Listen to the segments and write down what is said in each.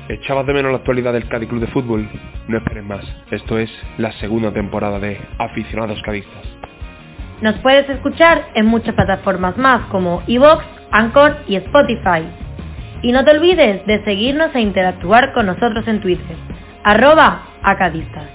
¿Echabas de menos la actualidad del Cádiz Club de Fútbol? No esperes más. Esto es la segunda temporada de Aficionados Cadistas. Nos puedes escuchar en muchas plataformas más como iVoox, Anchor y Spotify. Y no te olvides de seguirnos e interactuar con nosotros en Twitter, @acadistas.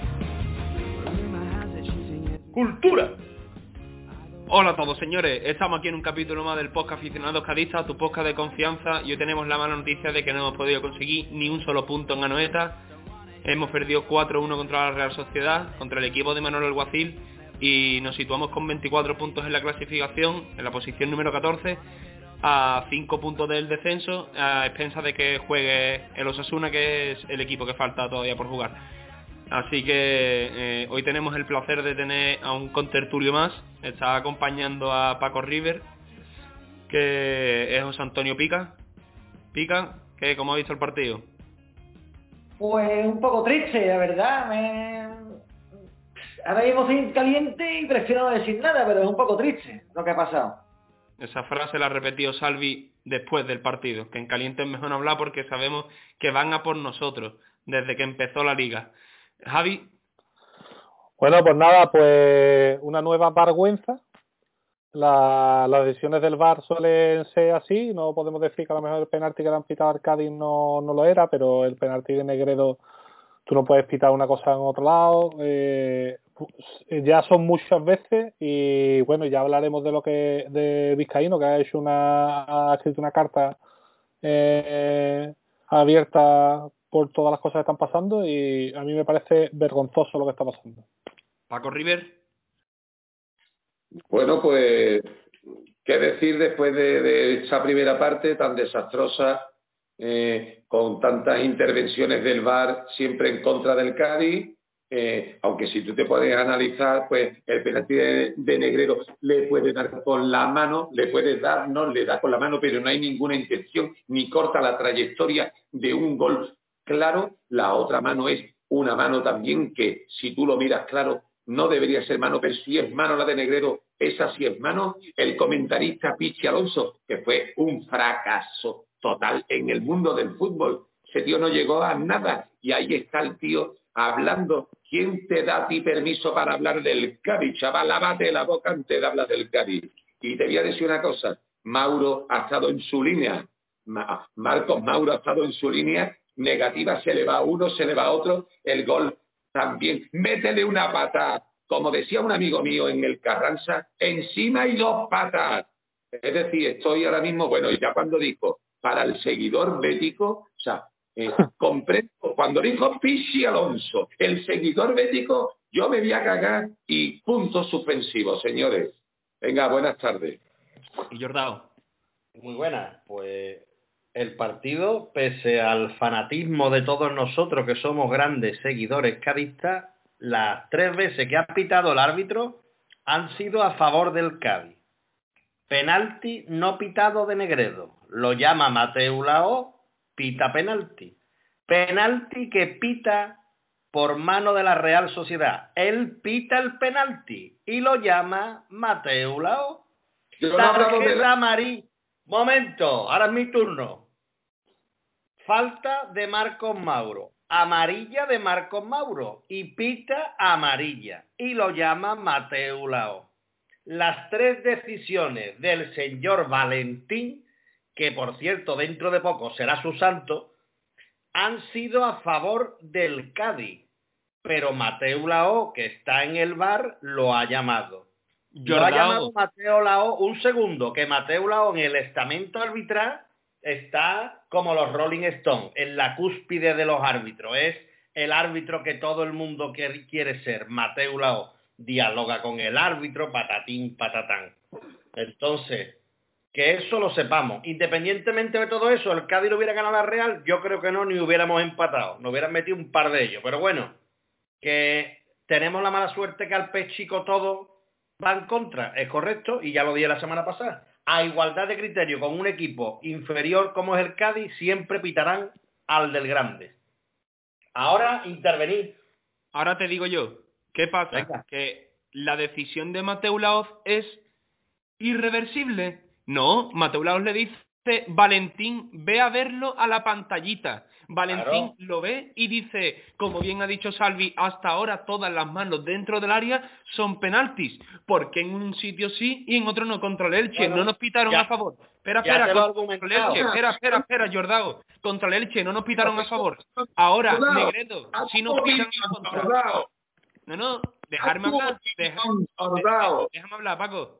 ¡Cultura! Hola a todos, señores, estamos aquí en un capítulo más del podcast Aficionados Cadistas, tu podcast de confianza, y hoy tenemos la mala noticia de que no hemos podido conseguir ni un solo punto en Anoeta. Hemos perdido 4-1 contra la Real Sociedad, contra el equipo de Manuel Alguacil, y nos situamos con 24 puntos en la clasificación, en la posición número 14, a 5 puntos del descenso, a expensas de que juegue el Osasuna, que es el equipo que falta todavía por jugar. Así que hoy tenemos el placer de tener a un contertulio más. Está acompañando a Paco River, que es José Antonio Pica. Pica, ¿cómo ha visto el partido? Pues un poco triste, la verdad. Ahora mismo estoy caliente y prefiero no decir nada, pero es un poco triste lo que ha pasado. Esa frase la ha repetido Salvi después del partido, que en caliente es mejor no hablar porque sabemos que van a por nosotros desde que empezó la liga. Javi. Bueno, pues nada, pues una nueva vergüenza. Las decisiones del VAR suelen ser así, no podemos decir que a lo mejor el penalti que le han pitado al Cádiz no lo era, pero el penalti de Negredo, tú no puedes pitar una cosa en otro lado. Ya son muchas veces y bueno, ya hablaremos de lo que de Vizcaíno, que ha escrito una carta abierta por todas las cosas que están pasando, y a mí me parece vergonzoso lo que está pasando. Paco River. Bueno, pues, ¿qué decir después de esa primera parte tan desastrosa, con tantas intervenciones del VAR siempre en contra del Cádiz? Aunque si tú te puedes analizar, pues el penalti de Negredo le puede dar con la mano, le puede dar, no le da con la mano, pero no hay ninguna intención, ni corta la trayectoria de un gol claro. La otra mano es una mano también que, si tú lo miras claro, no debería ser mano, pero si es mano la de Negredo, esa sí es mano. El comentarista Pichi Alonso, que fue un fracaso total en el mundo del fútbol, ese tío no llegó a nada, y ahí está el tío hablando. ¿Quién te da a ti permiso para hablar del Cádiz, chaval? Lávate la boca antes de hablar del Cádiz. Y te voy a decir una cosa, Mauro ha estado en su línea, Marcos Mauro ha estado en su línea negativa, se le va a uno, se le va a otro, el gol también, métele una pata, como decía un amigo mío en el Carranza, encima y 2 patas. Es decir, estoy ahora mismo, bueno, ya cuando dijo, para el seguidor bético, o sea, comprendo, cuando dijo Pichi Alonso, el seguidor bético, yo me voy a cagar y punto suspensivo, señores. Venga, buenas tardes. Y Jordao. Muy buenas, pues el partido, pese al fanatismo de todos nosotros que somos grandes seguidores cadistas, las 3 veces que ha pitado el árbitro han sido a favor del Cádiz. Penalti no pitado de Negredo, lo llama Mateu Laó, pita penalti. Penalti que pita por mano de la Real Sociedad, él pita el penalti y lo llama Mateu Laó. Tarjeta amarilla. Momento, ahora es mi turno. Falta de Marcos Mauro, amarilla de Marcos Mauro, y pita amarilla, y lo llama Mateu Laó. Las 3 decisiones del señor Valentín, que por cierto dentro de poco será su santo, han sido a favor del Cádiz, pero Mateu Laó, que está en el VAR, lo ha llamado. Lo ha llamado Mateu Laó, un segundo, que Mateu Laó en el estamento arbitral está como los Rolling Stones, en la cúspide de los árbitros. Es el árbitro que todo el mundo quiere ser. Mateu Laó dialoga con el árbitro, patatín, patatán. Entonces, que eso lo sepamos. Independientemente de todo eso, ¿el Cádiz lo hubiera ganado a la Real? Yo creo que no, ni hubiéramos empatado. Nos hubieran metido un par de ellos. Pero bueno, que tenemos la mala suerte que al pez chico todo va en contra, es correcto, y ya lo dije la semana pasada. A igualdad de criterio con un equipo inferior como es el Cádiz, siempre pitarán al del grande. Ahora intervenir. Ahora te digo yo, ¿qué pasa? Venga. Que la decisión de Mateu Laoz es irreversible. No, Mateu Laoz le dice, Valentín, ve a verlo a la pantallita. Valentín Claro. lo ve y dice, como bien ha dicho Salvi, hasta ahora todas las manos dentro del área son penaltis, porque en un sitio sí y en otro no. Contra el Elche Bueno, no nos pitaron ya- a favor. Espera, ya te lo he contra el argumentado. Elche, espera, Jordao. Contra el Elche no nos pitaron a favor. Ahora, Jordao, Negredo, si nos pitan en contra. Jordao, No, dejarme hablar. Jordao. Déjame hablar, Paco.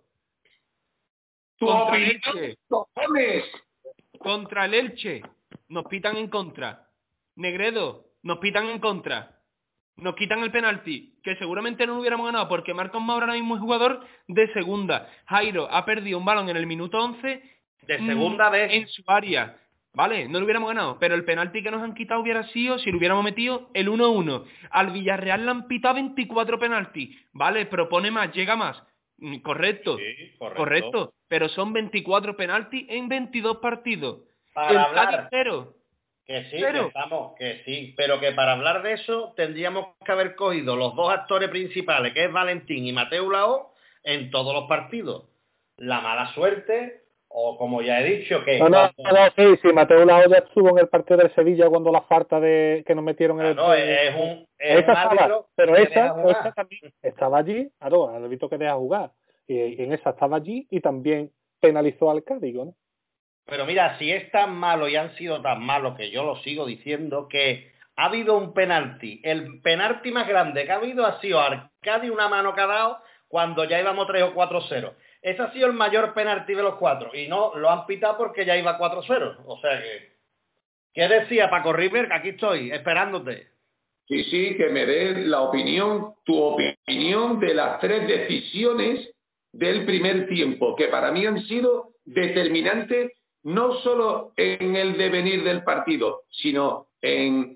Tu Contra el opinión, Elche. cojones. Contra el Elche nos pitan en contra. Negredo, nos pitan en contra. Nos quitan el penalti, que seguramente no lo hubiéramos ganado, porque Marcos Mauro ahora mismo es jugador de segunda. Jairo ha perdido un balón en el minuto 11 De segunda vez. en su área. Vale, no lo hubiéramos ganado, pero el penalti que nos han quitado hubiera sido, si lo hubiéramos metido, el 1-1. Al Villarreal le han pitado 24 penaltis. Vale, propone más, llega más. Correcto, Sí, correcto. Pero son 24 penaltis en 22 partidos. Para el hablar. Cádiz cero. Que sí, Pero- que sí, pero que para hablar de eso tendríamos que haber cogido los dos actores principales, que es Valentín y Mateu Laó, en todos los partidos. La mala suerte, o como ya he dicho, que Sí, Mateo Lao ya estuvo en el partido del Sevilla cuando la falta de que nos metieron en claro, el... es un esa estaba, árbitro pero que esa deja jugar. también estaba allí, claro, al árbitro que deja jugar. Y en esa estaba allí y también penalizó al Cádiz, ¿no? Pero mira, si es tan malo y han sido tan malos que yo lo sigo diciendo, que ha habido un penalti. El penalti más grande que ha habido ha sido Arcadi, una mano que ha dado cuando ya íbamos 3 o 4-0. Ese ha sido el mayor penalti de los 4. Y no lo han pitado porque ya iba 4-0. O sea que... ¿Qué decía Paco River? Aquí estoy, esperándote. Sí, sí, que me des la opinión, tu opinión de las 3 decisiones del primer tiempo, que para mí han sido determinantes no solo en el devenir del partido, sino en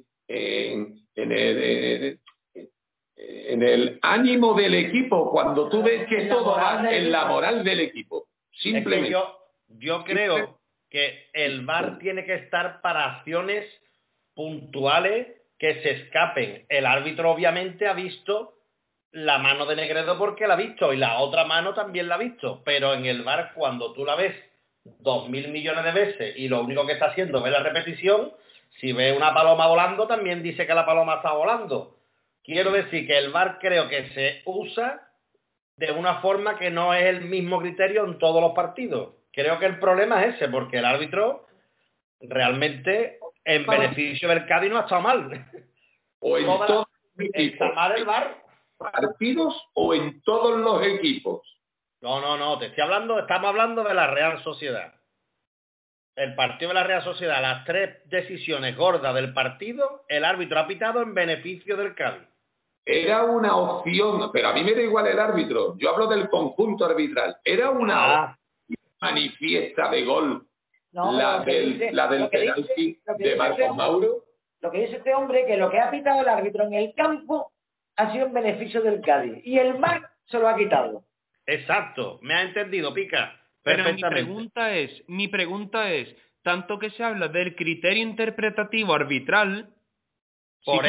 el ánimo del equipo, cuando tú ves que todo va en la moral del equipo. Simplemente. Es que yo creo que el VAR tiene que estar para acciones puntuales que se escapen. El árbitro obviamente ha visto la mano de Negredo porque la ha visto y la otra mano también la ha visto, pero en el VAR cuando tú la ves 2.000 millones de veces y lo único que está haciendo es ver la repetición, si ve una paloma volando también dice que la paloma está volando. Quiero decir que el VAR creo que se usa de una forma que no es el mismo criterio en todos los partidos. Creo que el problema es ese, porque el árbitro realmente en beneficio del Cádiz no ha estado mal. O en todos los ¿Está equipos. mal el VAR? ¿Partidos o en todos los equipos? No, estamos hablando de la Real Sociedad. El partido de la Real Sociedad, las 3 decisiones gordas del partido, el árbitro ha pitado en beneficio del Cádiz. Era una opción, pero a mí me da igual el árbitro, yo hablo del conjunto arbitral, era una opción manifiesta de gol, No, la lo que del dice- penalti lo que de dice Marcos este- Mauro. Lo que dice este hombre, que lo que ha pitado el árbitro en el campo ha sido en beneficio del Cádiz. Y el VAR se lo ha quitado. Exacto, me ha entendido, Pica. Pero Perfectamente. mi pregunta es, tanto que se habla del criterio interpretativo arbitral, Por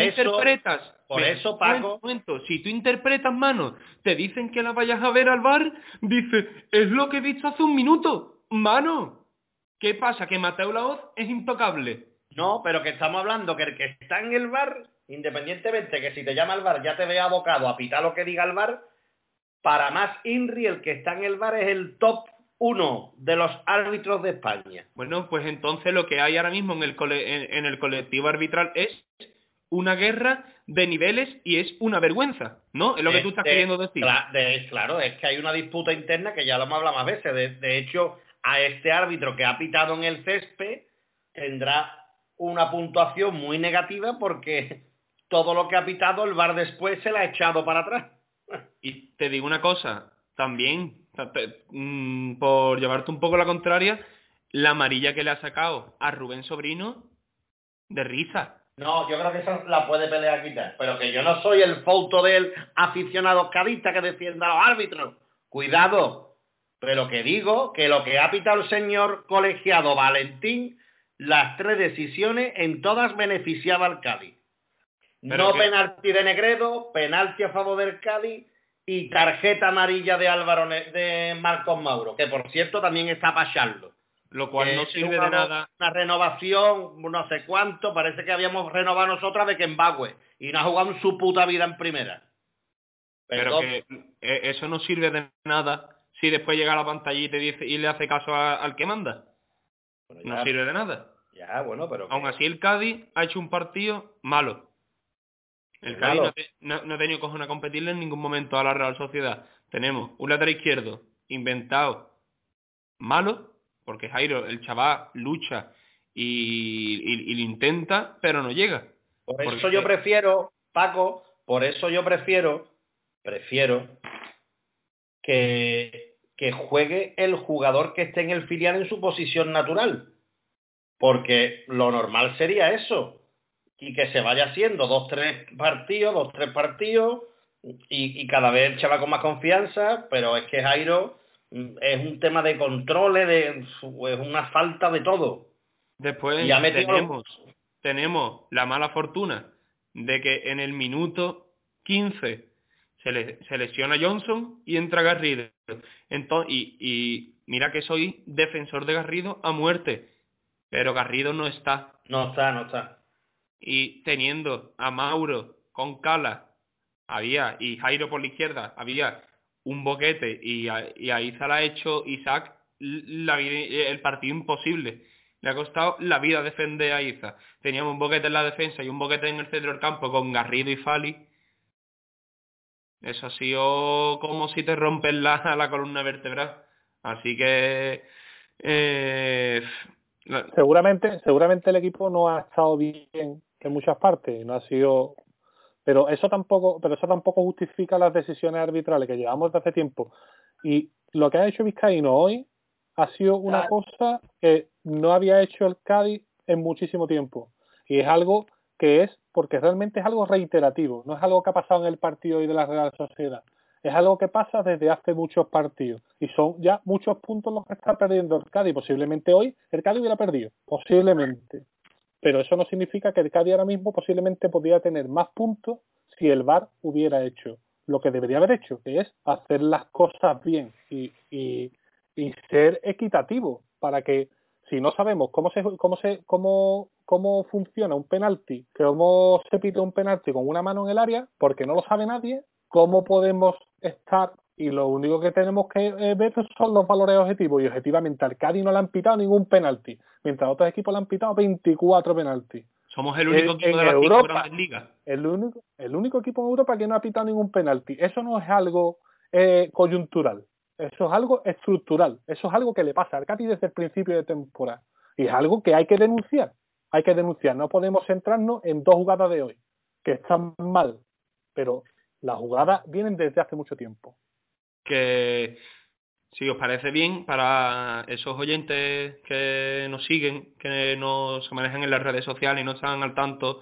eso, Paco, si tú interpretas mano, te dicen que la vayas a ver al VAR, dice, es lo que he visto hace un minuto, mano. ¿Qué pasa? ¿Que Mateu Laoz es intocable? no, pero que estamos hablando que el que está en el VAR, independientemente que si te llama el VAR ya te ve abocado a pitar lo que diga el VAR, para más INRI el que está en el VAR es el top 1 de los árbitros de España. Bueno, pues entonces lo que hay ahora mismo en el colectivo arbitral es una guerra de niveles y es una vergüenza, ¿no? Es lo que tú estás queriendo decir. Claro, es que hay una disputa interna que ya lo hemos hablado más veces. De hecho, a este árbitro que ha pitado en el césped tendrá una puntuación muy negativa porque todo lo que ha pitado el VAR después se la ha echado para atrás. Y te digo una cosa, también, por llevarte un poco la contraria, la amarilla que le ha sacado a Rubén Sobrino, de risa. No, yo creo que esa la puede pelear quitar, pero que yo no soy el foto del aficionado cadista que defienda a los árbitros. Cuidado, pero que digo que lo que ha pitado el señor colegiado Valentín, las 3 decisiones en todas beneficiaba al Cádiz. Pero Penalti de Negredo, penalti a favor del Cádiz y tarjeta amarilla de Marcos Mauro, que por cierto también está para echarlo. Lo cual no sirve de nada. Una renovación, no sé cuánto, parece que habíamos renovado nosotros de Kembawe y no ha jugado en su puta vida en primera. Pero que eso no sirve de nada si después llega a la pantallita y dice y le hace caso al que manda. Bueno, no sirve de nada. Ya, bueno, pero... Aún así el Cádiz ha hecho un partido malo. El Cádiz no ha tenido cojones a competirle en ningún momento a la Real Sociedad. Tenemos un lateral izquierdo inventado malo, porque Jairo, el chaval, lucha y lo intenta, pero no llega. Por eso yo prefiero, Paco, prefiero que juegue el jugador que esté en el filial en su posición natural. Porque lo normal sería eso. Y que se vaya haciendo 2-3 partidos y cada vez el chaval con más confianza, pero es que Jairo es un tema de controles, es una falta de todo. Después tenemos la mala fortuna de que en el minuto 15 se lesiona Johnson y entra Garrido. Entonces, y mira que soy defensor de Garrido a muerte, pero Garrido no está. No está. Y teniendo a Mauro con Cala y Jairo por la izquierda, había un boquete y a Iza le ha hecho Isaac el partido imposible. Le ha costado la vida defender a Iza. Teníamos un boquete en la defensa y un boquete en el centro del campo con Garrido y Fali. Eso ha sido como si te rompen la columna vertebral. Así que... seguramente el equipo no ha estado bien en muchas partes. No ha sido... Pero eso tampoco justifica las decisiones arbitrales que llevamos desde hace tiempo. Y lo que ha hecho Vizcaíno hoy ha sido una cosa que no había hecho el Cádiz en muchísimo tiempo. Y es algo que porque realmente es algo reiterativo. No es algo que ha pasado en el partido hoy de la Real Sociedad. Es algo que pasa desde hace muchos partidos. Y son ya muchos puntos los que está perdiendo el Cádiz. Posiblemente hoy el Cádiz hubiera perdido. Posiblemente. Pero eso no significa que el Cádiz ahora mismo posiblemente podría tener más puntos si el VAR hubiera hecho lo que debería haber hecho, que es hacer las cosas bien y ser equitativo, para que si no sabemos cómo funciona un penalti, cómo se pide un penalti con una mano en el área, porque no lo sabe nadie, cómo podemos estar, y lo único que tenemos que ver son los valores objetivos, y objetivamente al Cádiz no le han pitado ningún penalti, mientras otros equipos le han pitado 24 penaltis. Somos el único equipo de las 5 grandes ligas. El único equipo en Europa que no ha pitado ningún penalti. Eso no es algo coyuntural. Eso es algo estructural. Eso es algo que le pasa al Cádiz desde el principio de temporada. Y es algo que hay que denunciar. No podemos centrarnos en 2 jugadas de hoy, que están mal. Pero las jugadas vienen desde hace mucho tiempo. Que si os parece bien, para esos oyentes que nos siguen, que se manejan en las redes sociales y no están al tanto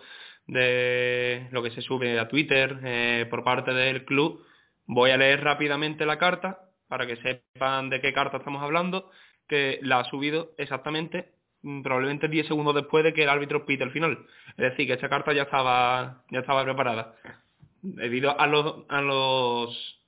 de lo que se sube a Twitter por parte del club, voy a leer rápidamente la carta para que sepan de qué carta estamos hablando, que la ha subido exactamente, probablemente 10 segundos después de que el árbitro pite el final. Es decir, que esta carta ya estaba preparada. Debido a los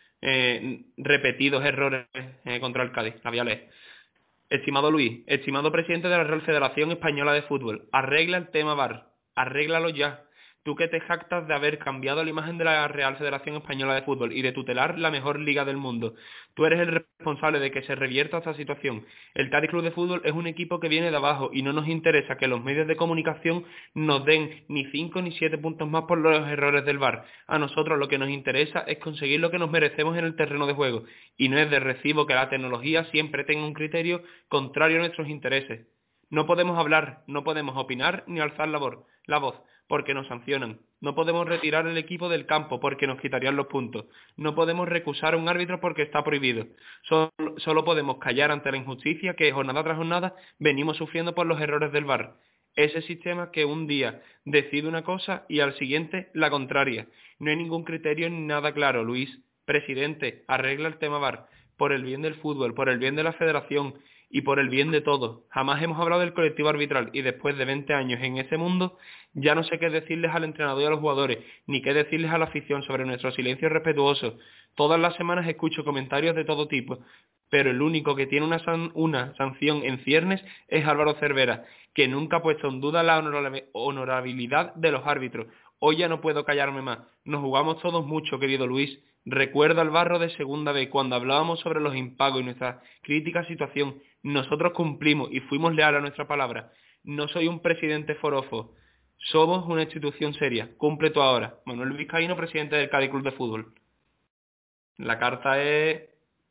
repetidos errores contra el Cádiz. La voy a leer. Estimado Luis, estimado presidente de la Real Federación Española de Fútbol, arregla el tema VAR, arréglalo ya. Tú que te jactas de haber cambiado la imagen de la Real Federación Española de Fútbol y de tutelar la mejor liga del mundo. Tú eres el responsable de que se revierta esta situación. El Cádiz Club de Fútbol es un equipo que viene de abajo y no nos interesa que los medios de comunicación nos den ni 5 ni 7 puntos más por los errores del VAR. A nosotros lo que nos interesa es conseguir lo que nos merecemos en el terreno de juego. Y no es de recibo que la tecnología siempre tenga un criterio contrario a nuestros intereses. No podemos hablar, no podemos opinar ni alzar la voz, porque nos sancionan. No podemos retirar el equipo del campo porque nos quitarían los puntos. No podemos recusar a un árbitro porque está prohibido. Solo podemos callar ante la injusticia que jornada tras jornada venimos sufriendo por los errores del VAR. Ese sistema que un día decide una cosa y al siguiente la contraria. No hay ningún criterio ni nada claro, Luis. Presidente, arregla el tema VAR. Por el bien del fútbol, por el bien de la federación y por el bien de todos. Jamás hemos hablado del colectivo arbitral y después de 20 años en ese mundo ya no sé qué decirles al entrenador y a los jugadores, ni qué decirles a la afición sobre nuestro silencio respetuoso. Todas las semanas escucho comentarios de todo tipo, pero el único que tiene una sanción en ciernes es Álvaro Cervera, que nunca ha puesto en duda la honorabilidad de los árbitros. Hoy ya no puedo callarme más. Nos jugamos todos mucho, querido Luis. Recuerdo al Barro de segunda vez cuando hablábamos sobre los impagos y nuestra crítica situación. Nosotros cumplimos y fuimos leales a nuestra palabra. No soy un presidente forofo. Somos una institución seria. Cumple tú ahora. Manuel Vizcaíno, presidente del Cádiz Club de Fútbol. La carta es,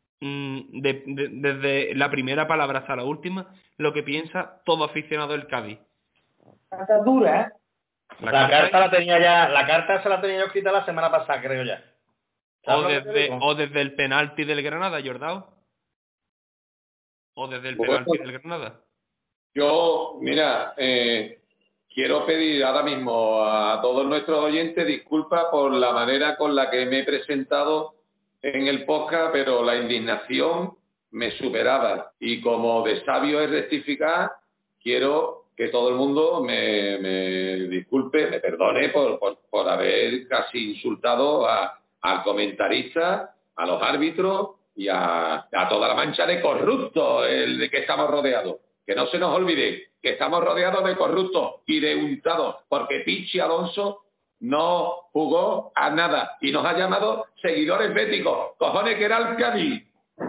desde la primera palabra hasta la última, lo que piensa todo aficionado del Cádiz. Carta dura, ¿eh? La carta se la tenía yo escrita la semana pasada, creo ya. O desde el penalti del Granada, Jordao. O desde el penalti del Granada. Yo, mira, quiero pedir ahora mismo a todos nuestros oyentes disculpas por la manera con la que me he presentado en el podcast, pero la indignación me superaba. Y como de sabio es rectificar, quiero que todo el mundo me disculpe, me perdone por haber casi insultado al comentarista, a los árbitros y a toda la mancha de corruptos de que estamos rodeados. Que no se nos olvide que estamos rodeados de corruptos y de untados, porque Pichi Alonso no jugó a nada y nos ha llamado seguidores béticos. Cojones, que era el Cádiz.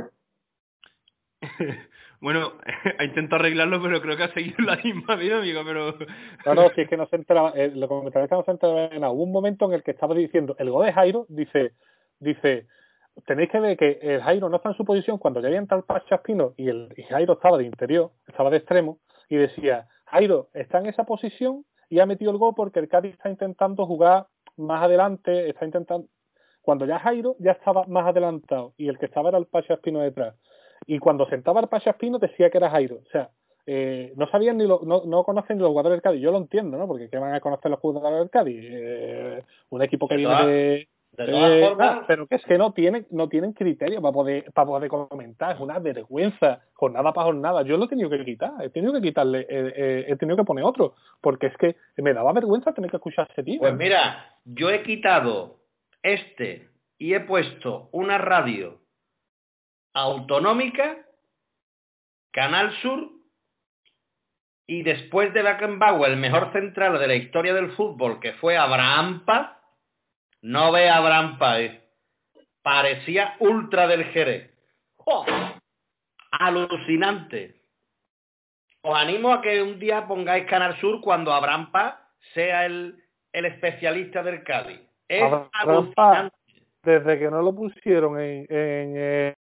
Bueno, ha intentado arreglarlo, pero creo que ha seguido la misma dinámica, pero... No, si es que no se enteraba, lo comentarista no se enteraba en algún momento en el que estaba diciendo, el gol de Jairo, dice, tenéis que ver que el Jairo no está en su posición cuando ya había entrado el Pacha Espino y Jairo estaba de interior, estaba de extremo, y decía, Jairo está en esa posición y ha metido el gol porque el Cádiz está intentando jugar más adelante, cuando ya Jairo ya estaba más adelantado y el que estaba era el Pacha Espino detrás. Y cuando sentaba el Pacha Espino decía que era Jairo. O sea, no sabían no conocen ni los jugadores del Cádiz. Yo lo entiendo, ¿no? Porque ¿qué van a conocer los jugadores del Cádiz? Un equipo que viene de todas formas, pero que es que no tienen criterio para poder comentar. Es una vergüenza, jornada para jornada. Yo lo he tenido que quitar, he tenido que quitarle, he tenido que poner otro, porque es que me daba vergüenza tener que escuchar a ese tío. Pues mira, yo he quitado y he puesto una radio autonómica, Canal Sur, y después de Beckenbauer, el mejor central de la historia del fútbol, que fue Abraham Paz. No ve a Abraham Paz, parecía ultra del Jerez. ¡Oh! Alucinante. Os animo a que un día pongáis Canal Sur cuando Abraham Paz sea el especialista del Cádiz. Es alucinante. Desde que no lo pusieron en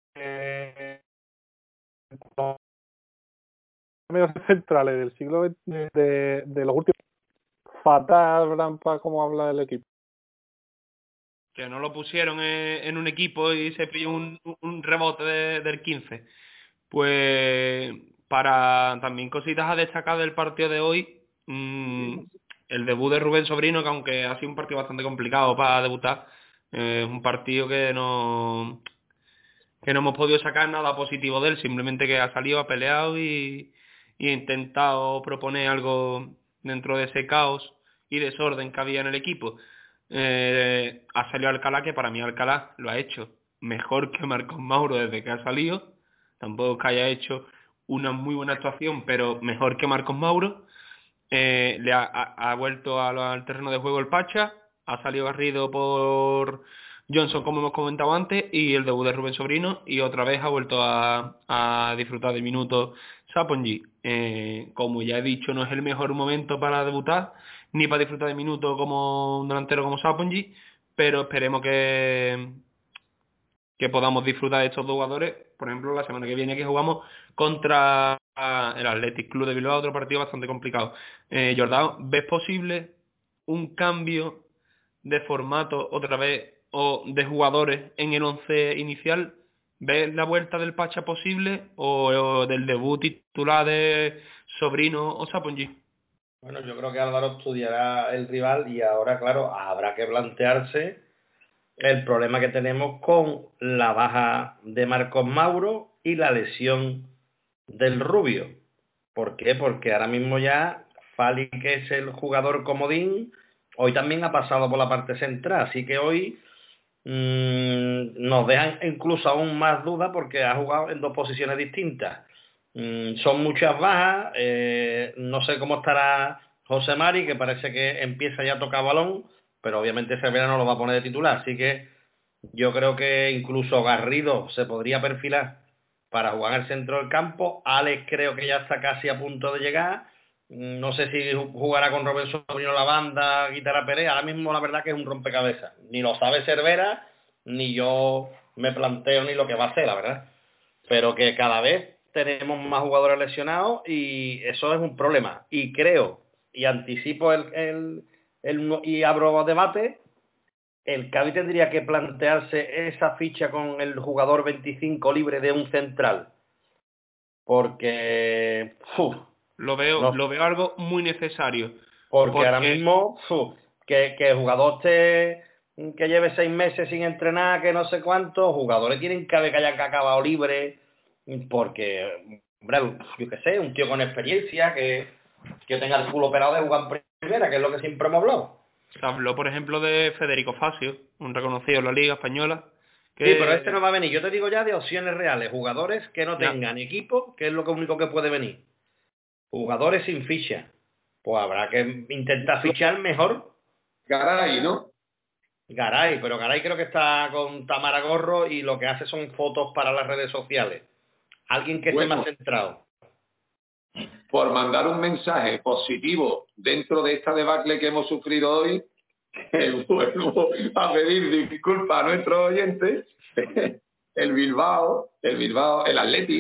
los mejores centrales del siglo XX, de los últimos, fatal Abraham Paz como habla del equipo. Que no lo pusieron en un equipo y se pilló un rebote del 15. Pues para también cositas a destacar del partido de hoy, el debut de Rubén Sobrino, que aunque ha sido un partido bastante complicado para debutar, es un partido que no hemos podido sacar nada positivo de él, simplemente que ha salido, ha peleado y ha intentado proponer algo dentro de ese caos y desorden que había en el equipo. Ha salido Alcalá, que para mí Alcalá lo ha hecho mejor que Marcos Mauro desde que ha salido. Tampoco que haya hecho una muy buena actuación, pero mejor que Marcos Mauro. Le ha vuelto al terreno de juego el Pacha, ha salido Garrido por Johnson, como hemos comentado antes, y el debut de Rubén Sobrino, y otra vez ha vuelto a disfrutar de minutos Sapongi. Como ya he dicho, no es el mejor momento para debutar, ni para disfrutar de minutos como un delantero como Sapongi, pero esperemos que podamos disfrutar de estos dos jugadores, por ejemplo, la semana que viene, que jugamos contra el Athletic Club de Bilbao, otro partido bastante complicado. Jordao, ¿ves posible un cambio de formato otra vez o de jugadores en el 11 inicial? ¿Ves la vuelta del Pacha posible o del debut titular de Sobrino o Sapongi? Bueno, yo creo que Álvaro estudiará el rival y ahora, claro, habrá que plantearse el problema que tenemos con la baja de Marcos Mauro y la lesión del Rubio. ¿Por qué? Porque ahora mismo ya Fali, que es el jugador comodín, hoy también ha pasado por la parte central, así que hoy nos dejan incluso aún más dudas porque ha jugado en dos posiciones distintas. Son muchas bajas, no sé cómo estará José Mari, que parece que empieza ya a tocar balón, pero obviamente Cervera no lo va a poner de titular, así que yo creo que incluso Garrido se podría perfilar para jugar en el centro del campo. Alex creo que ya está casi a punto de llegar. No sé si jugará con Robert Sobrino la banda, Guitarra Pérez. Ahora mismo la verdad que es un rompecabezas. Ni lo sabe Cervera, ni yo me planteo ni lo que va a hacer, la verdad. Pero que cada vez tenemos más jugadores lesionados y eso es un problema. Y creo, y anticipo y abro debate, el Cádiz tendría que plantearse esa ficha con el jugador 25 libre de un central. Porque Lo veo algo muy necesario. Porque ahora mismo que el jugador que lleve 6 meses sin entrenar, que no sé cuántos, jugadores tienen que hayan acabado libre, porque, hombre, yo qué sé, un tío con experiencia que tenga el culo operado de jugar en primera, que es lo que siempre hemos hablado. Se habló, por ejemplo, de Federico Facio, un reconocido en la Liga Española. Que... Sí, pero este no va a venir. Yo te digo ya de opciones reales. Jugadores que no tengan equipo, que es lo único que puede venir. Jugadores sin ficha. Pues habrá que intentar fichar mejor. Garay, ¿no? Garay, pero Garay creo que está con Tamara Gorro y lo que hace son fotos para las redes sociales. Alguien que esté más centrado. Por mandar un mensaje positivo dentro de esta debacle que hemos sufrido hoy, vuelvo a pedir disculpas a nuestros oyentes. El Atleti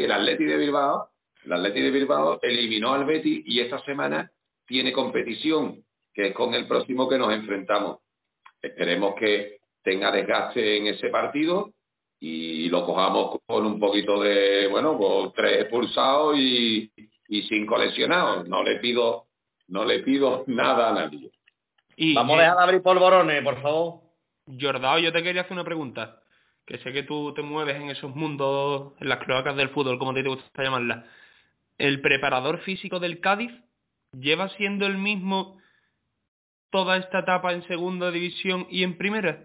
de Bilbao eliminó al Betis y esta semana tiene competición, que es con el próximo que nos enfrentamos. Esperemos que tenga desgaste en ese partido y lo cojamos con un poquito de, con 3 expulsados y 5 lesionados. No le pido nada a nadie. Vamos a dejar de abrir polvorones, por favor. Jordao, yo te quería hacer una pregunta, que sé que tú te mueves en esos mundos, en las cloacas del fútbol, como te gusta llamarlas. ¿El preparador físico del Cádiz lleva siendo el mismo toda esta etapa en segunda división y en primera?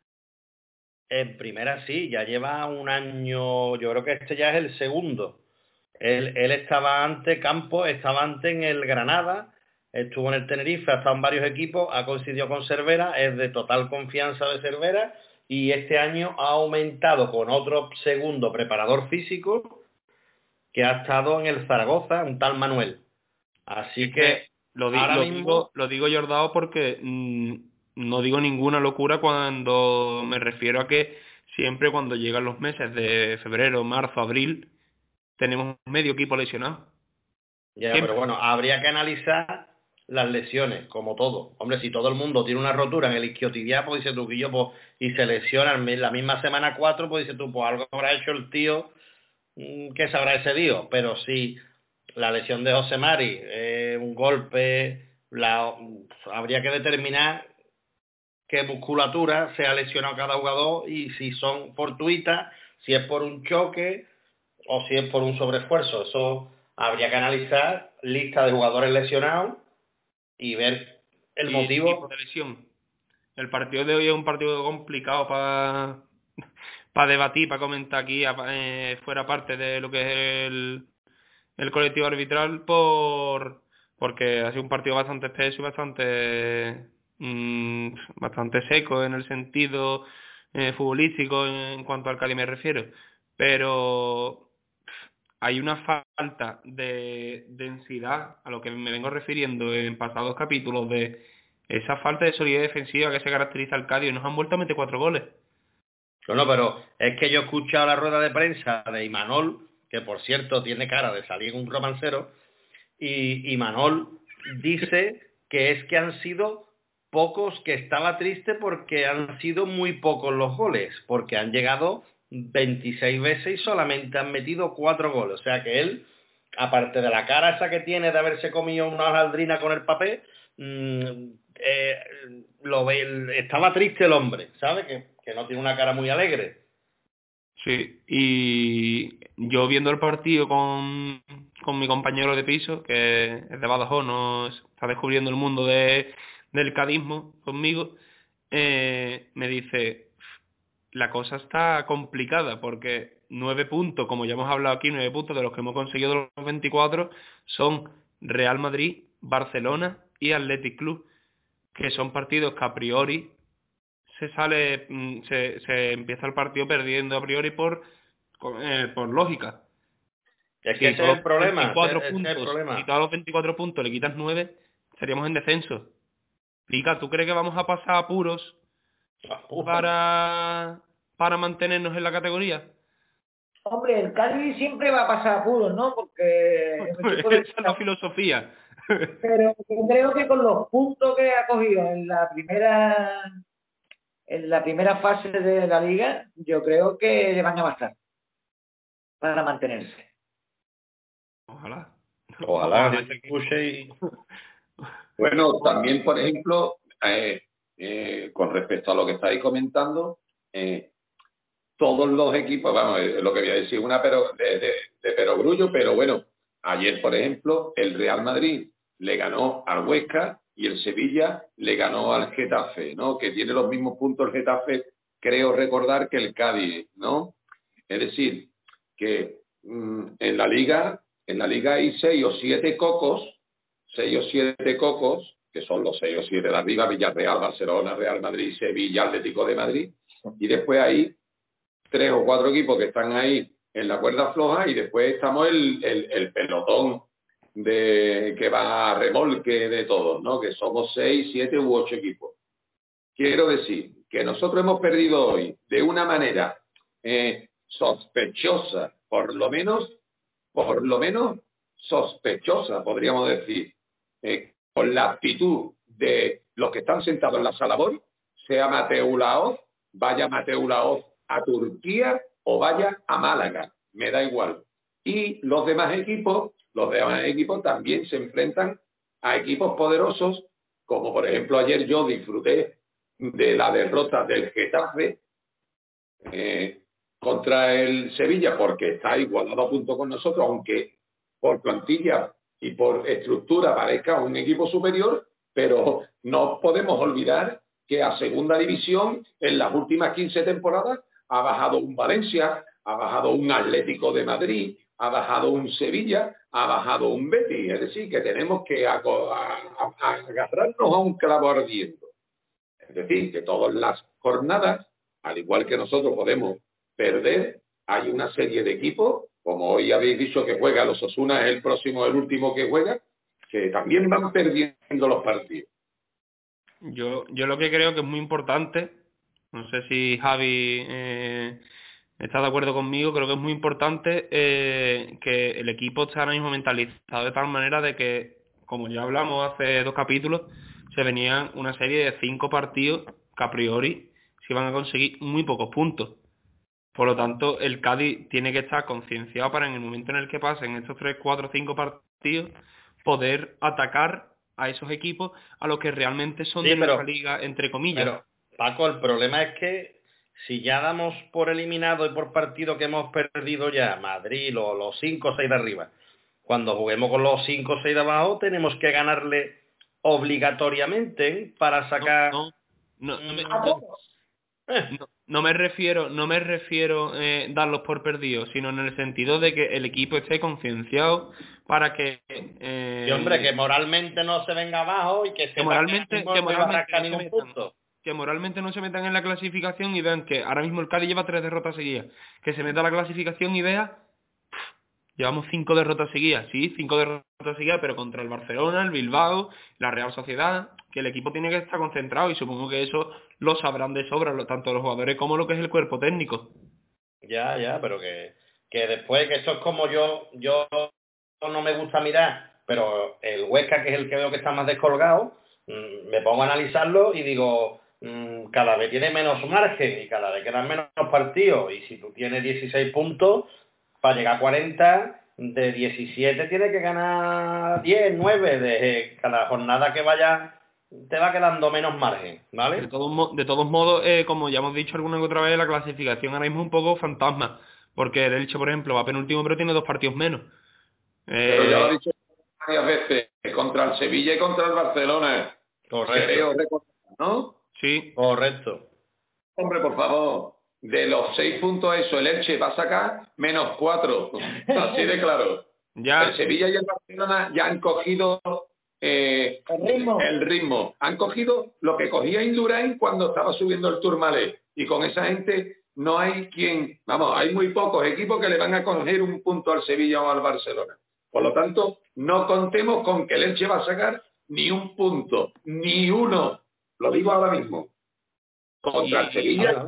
En primera sí, ya lleva un año, yo creo que este ya es el segundo. Él estaba antes, Campos, estaba antes en el Granada, estuvo en el Tenerife, ha estado en varios equipos, ha coincidido con Cervera, es de total confianza de Cervera y este año ha aumentado con otro segundo preparador físico que ha estado en el Zaragoza, un tal Manuel. Así que lo digo Jordao porque no digo ninguna locura cuando me refiero a que siempre cuando llegan los meses de febrero, marzo, abril, tenemos medio equipo lesionado. Ya, pero bueno, habría que analizar las lesiones, como todo. Hombre, si todo el mundo tiene una rotura en el isquiotibial, pues dices tú, y se lesiona en la misma semana 4, pues dices tú, pues algo habrá hecho el tío que se habrá excedido. Pero si la lesión de José Mari, un golpe, habría que determinar qué musculatura se ha lesionado cada jugador y si son fortuitas, si es por un choque o si es por un sobreesfuerzo. Eso habría que analizar lista de jugadores lesionados y ver el motivo. Tipo de lesión. El partido de hoy es un partido complicado para debatir, para comentar aquí, fuera parte de lo que es el colectivo arbitral, porque ha sido un partido bastante espeso y bastante seco en el sentido futbolístico en cuanto al Cali me refiero. Pero hay una falta de densidad, a lo que me vengo refiriendo en pasados capítulos, de esa falta de solidez defensiva que se caracteriza al Cádiz, y nos han vuelto a meter 4 goles. No, pero es que yo he escuchado la rueda de prensa de Imanol, que por cierto tiene cara de salir un romancero, y Imanol dice que es que han sido pocos, que estaba triste porque han sido muy pocos los goles, porque han llegado 26 veces y solamente han metido 4 goles. O sea que él, aparte de la cara esa que tiene de haberse comido una hojaldrina con el papel, estaba triste el hombre, ¿sabe? Que no tiene una cara muy alegre. Sí, y yo viendo el partido con mi compañero de piso, que es de Badajoz, no está descubriendo el mundo del cadismo conmigo, me dice, la cosa está complicada porque 9 puntos, como ya hemos hablado aquí, 9 puntos de los que hemos conseguido de los 24 son Real Madrid, Barcelona y Athletic Club, que son partidos que a priori se empieza el partido perdiendo a priori por lógica. Es que ese es el problema. Si todos los 24 puntos le quitas 9, estaríamos en descenso. Pica, ¿tú crees que vamos a pasar apuros para mantenernos en la categoría? Hombre, el Cádiz siempre va a pasar apuros, ¿no? Porque Esa es la filosofía. Pero yo creo que con los puntos que ha cogido en la primera fase de la liga, yo creo que le van a bastar para mantenerse. Ojalá. Ojalá se escuche y... Bueno, también, por ejemplo, con respecto a lo que estáis comentando, todos los equipos, vamos, lo que voy a decir una de perogrullo, pero bueno, ayer, por ejemplo, el Real Madrid le ganó al Huesca y el Sevilla le ganó al Getafe, ¿no? Que tiene los mismos puntos el Getafe, creo recordar, que el Cádiz, ¿no? Es decir, que en la liga hay 6 o 7 cocos, que son los 6 o 7 de arriba, Villarreal, Barcelona, Real Madrid, Sevilla, Atlético de Madrid, y después hay 3 o 4 equipos que están ahí en la cuerda floja y después estamos el pelotón que va a remolque de todos, ¿no? Que somos 6, 7 u 8 equipos. Quiero decir que nosotros hemos perdido hoy de una manera sospechosa, por lo menos sospechosa, podríamos decir, con la actitud de los que están sentados en la sala BOI, sea Mateu Laoz, vaya Mateu Laoz a Turquía o vaya a Málaga, me da igual. Y los demás equipos también se enfrentan a equipos poderosos, como por ejemplo ayer yo disfruté de la derrota del Getafe contra el Sevilla, porque está igualado a punto con nosotros, aunque por plantilla y por estructura parezca un equipo superior, pero no podemos olvidar que a segunda división en las últimas 15 temporadas ha bajado un Valencia, ha bajado un Atlético de Madrid, ha bajado un Sevilla, ha bajado un Betis. Es decir, que tenemos que agarrarnos a un clavo ardiendo. Es decir, que todas las jornadas, al igual que nosotros podemos perder, hay una serie de equipos, como hoy habéis dicho que juega los Osasuna, es el último que juega, que también van perdiendo los partidos. Yo lo que creo que es muy importante, no sé si Javi está de acuerdo conmigo, creo que es muy importante que el equipo esté ahora mismo mentalizado de tal manera de que, como ya hablamos hace 2 capítulos, se venían una serie de 5 partidos que a priori se iban a conseguir muy pocos puntos. Por lo tanto, el Cádiz tiene que estar concienciado para en el momento en el que pasen estos 3, 4, 5 partidos, poder atacar a esos equipos a los que realmente son de nuestra liga, entre comillas. Pero, Paco, el problema es que si ya damos por eliminado y por partido que hemos perdido ya Madrid, los 5 o 6 de arriba, cuando juguemos con los 5 o 6 de abajo tenemos que ganarle obligatoriamente para sacar... No me refiero darlos por perdidos, sino en el sentido de que el equipo esté concienciado para que... Y hombre, que moralmente no se venga abajo y que moralmente no se metan en la clasificación y vean que ahora mismo el Cádiz lleva 3 derrotas seguidas. Que se meta a la clasificación y vea... Llevamos 5 derrotas seguidas, sí, 5 derrotas seguidas, pero contra el Barcelona, el Bilbao, la Real Sociedad, que el equipo tiene que estar concentrado y supongo que eso lo sabrán de sobra, tanto los jugadores como lo que es el cuerpo técnico. Ya, pero que después, que esto es como yo no me gusta mirar, pero el Huesca, que es el que veo que está más descolgado, me pongo a analizarlo y digo, cada vez tiene menos margen y cada vez quedan menos partidos, y si tú tienes 16 puntos, para llegar a 40, de 17 tiene que ganar 10, 9, de cada jornada que vaya te va quedando menos margen, ¿vale? De todos modos, como ya hemos dicho alguna que otra vez, la clasificación ahora mismo es un poco fantasma, porque el Elche, por ejemplo, va penúltimo pero tiene 2 partidos menos. Pero ya lo he dicho varias veces, contra el Sevilla y contra el Barcelona. Correcto. Creo recordar, ¿no? Sí. Correcto. Hombre, por favor, de los 6 puntos eso, el Elche va a sacar menos 4. Así de claro. Ya. El Sevilla y el Barcelona ya han cogido el ritmo. Han cogido lo que cogía Indurain cuando estaba subiendo el Tourmalet. Y con esa gente no hay quien... Vamos, hay muy pocos equipos que le van a coger un punto al Sevilla o al Barcelona. Por lo tanto, no contemos con que el Elche va a sacar ni un punto, ni uno. Lo digo ahora mismo. Contra el Sevilla.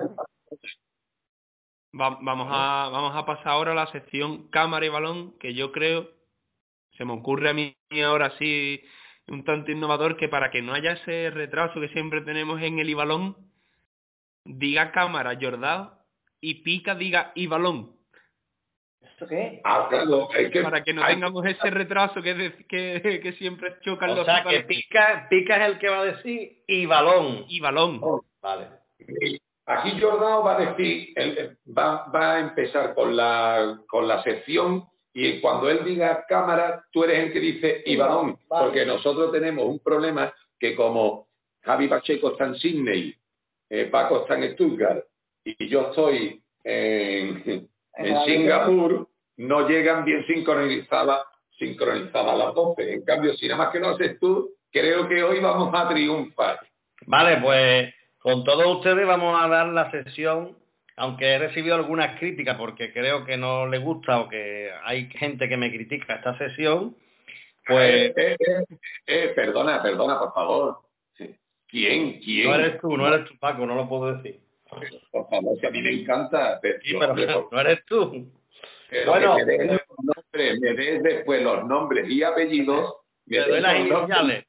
Vamos a pasar ahora a la sección cámara y balón, que yo creo, se me ocurre a mí ahora sí, un tanto innovador, que para que no haya ese retraso que siempre tenemos en el y balón, diga cámara Jordao y Pica diga y balón. ¿Esto qué? Claro, Para que no tengamos ese retraso que siempre chocan O los... sea, que Pica es el que va a decir y balón. Y balón. Vale. Aquí Jordao va a decir, va a empezar con la sección y cuando él diga cámara, tú eres el que dice y balón, Vale. porque nosotros tenemos un problema que como Javi Pacheco está en Sydney, Paco está en Stuttgart y yo estoy en Singapur, no llegan bien sincronizadas las voces. En cambio, si nada más que lo haces tú, creo que hoy vamos a triunfar. Vale, pues con todos ustedes vamos a dar la sesión, aunque he recibido algunas críticas porque creo que no le gusta o que hay gente que me critica esta sesión, pues... Perdona, por favor. ¿Quién? No eres tú, Paco, no lo puedo decir. Por favor, que a mí me encanta. Sí, pero no eres tú. Pero bueno, me des después los nombres y apellidos. Me doy las iniciales.